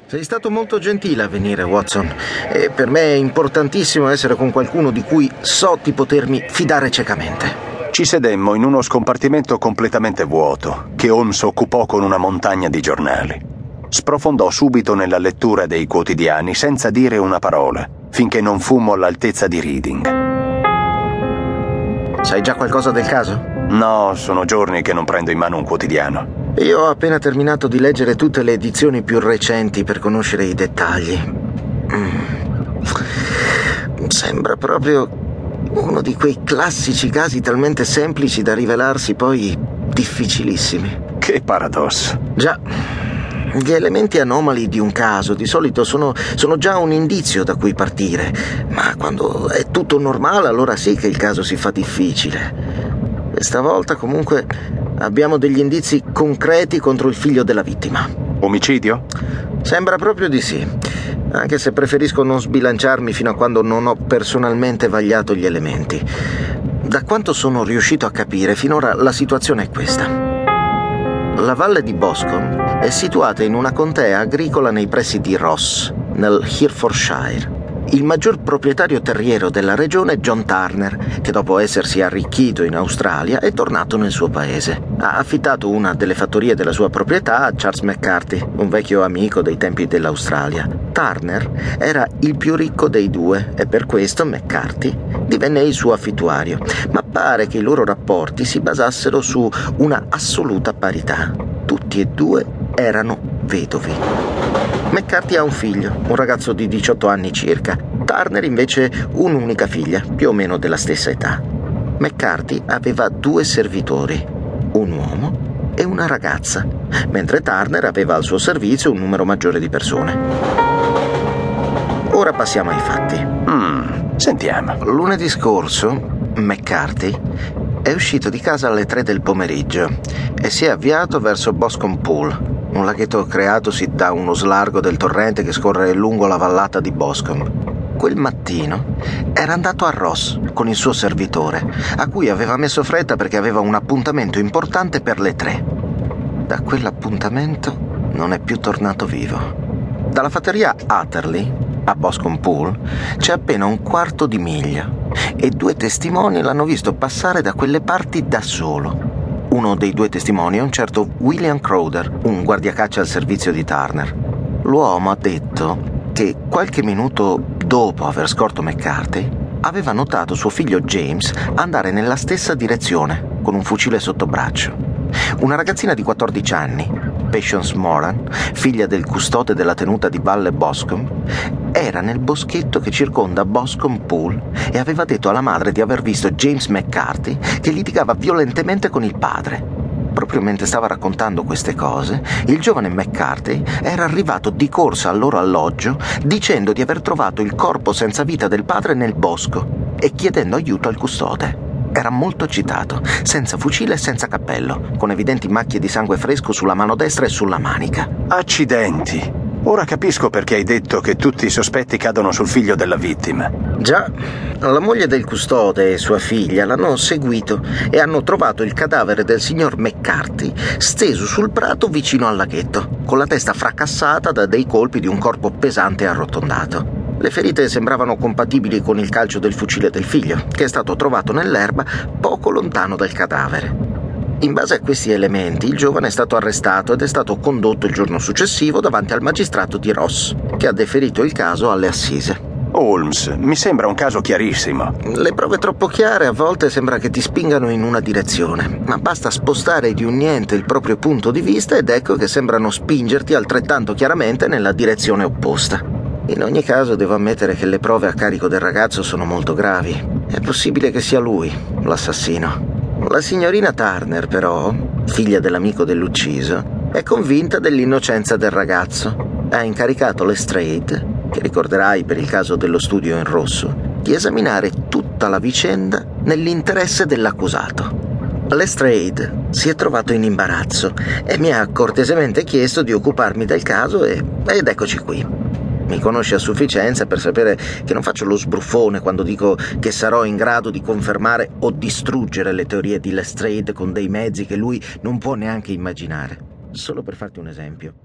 Sei stato molto gentile a venire, Watson, e per me è importantissimo essere con qualcuno di cui so di potermi fidare ciecamente. Ci sedemmo in uno scompartimento completamente vuoto, che Holmes occupò con una montagna di giornali. Sprofondò subito nella lettura dei quotidiani senza dire una parola, finché non fummo all'altezza di Reading. Sai già qualcosa del caso? No, sono giorni che non prendo in mano un quotidiano. Io ho appena terminato di leggere tutte le edizioni più recenti per conoscere i dettagli. Sembra proprio uno di quei classici casi talmente semplici da rivelarsi poi difficilissimi. Che paradosso. Già, gli elementi anomali di un caso di solito sono già un indizio da cui partire, ma quando è tutto normale allora sì che il caso si fa difficile. Questa volta comunque abbiamo degli indizi concreti contro il figlio della vittima. Omicidio? Sembra proprio di sì, anche se preferisco non sbilanciarmi fino a quando non ho personalmente vagliato gli elementi. Da quanto sono riuscito a capire, finora la situazione è questa. La valle di Boscombe è situata in una contea agricola nei pressi di Ross, nel Herefordshire. Il maggior proprietario terriero della regione è John Turner, che dopo essersi arricchito in Australia è tornato nel suo paese. Ha affittato una delle fattorie della sua proprietà a Charles McCarthy, un vecchio amico dei tempi dell'Australia. Turner era il più ricco dei due e per questo McCarthy divenne il suo affittuario, ma pare che i loro rapporti si basassero su una assoluta parità. Tutti e due erano vedovi. McCarthy ha un figlio, un ragazzo di 18 anni circa. Turner invece un'unica figlia, più o meno della stessa età. McCarthy aveva 2 servitori, un uomo e una ragazza, mentre Turner aveva al suo servizio un numero maggiore di persone. Ora passiamo ai fatti. Sentiamo. Lunedì scorso, McCarthy è uscito di casa alle 3 del pomeriggio e si è avviato verso Boscombe Pool, un laghetto creatosi da uno slargo del torrente che scorre lungo la vallata di Boscombe. Quel mattino era andato a Ross con il suo servitore, a cui aveva messo fretta perché aveva un appuntamento importante per le 3. Da quell'appuntamento non è più tornato vivo. Dalla fattoria Atherley a Boscombe Pool c'è appena un quarto di miglia e 2 testimoni l'hanno visto passare da quelle parti da solo. Uno dei 2 testimoni è un certo William Crowder, un guardiacaccia al servizio di Turner. L'uomo ha detto che qualche minuto dopo aver scorto McCarthy aveva notato suo figlio James andare nella stessa direzione con un fucile sotto braccio. Una ragazzina di 14 anni, Patience Moran, figlia del custode della tenuta di Valle Boscombe, era nel boschetto che circonda Boscombe Pool e aveva detto alla madre di aver visto James McCarthy che litigava violentemente con il padre. Proprio mentre stava raccontando queste cose, il giovane McCarthy era arrivato di corsa al loro alloggio dicendo di aver trovato il corpo senza vita del padre nel bosco e chiedendo aiuto al custode. Era molto eccitato, senza fucile e senza cappello, con evidenti macchie di sangue fresco sulla mano destra e sulla manica. Accidenti! Ora capisco perché hai detto che tutti i sospetti cadono sul figlio della vittima. Già, la moglie del custode e sua figlia l'hanno seguito e hanno trovato il cadavere del signor McCarthy steso sul prato vicino al laghetto, con la testa fracassata da dei colpi di un corpo pesante e arrotondato. Le ferite sembravano compatibili con il calcio del fucile del figlio, che è stato trovato nell'erba poco lontano dal cadavere. In base a questi elementi, il giovane è stato arrestato ed è stato condotto il giorno successivo davanti al magistrato di Ross, che ha deferito il caso alle assise. Holmes, mi sembra un caso chiarissimo. Le prove troppo chiare a volte sembra che ti spingano in una direzione, ma basta spostare di un niente il proprio punto di vista ed ecco che sembrano spingerti altrettanto chiaramente nella direzione opposta. In ogni caso devo ammettere che le prove a carico del ragazzo sono molto gravi. È possibile che sia lui l'assassino. La signorina Turner, però, figlia dell'amico dell'ucciso, è convinta dell'innocenza del ragazzo. Ha incaricato Lestrade, che ricorderai per il caso dello studio in rosso, di esaminare tutta la vicenda nell'interesse dell'accusato. Lestrade si è trovato in imbarazzo e mi ha cortesemente chiesto di occuparmi del caso ed eccoci qui. Mi conosce a sufficienza per sapere che non faccio lo sbruffone quando dico che sarò in grado di confermare o distruggere le teorie di Lestrade con dei mezzi che lui non può neanche immaginare. Solo per farti un esempio.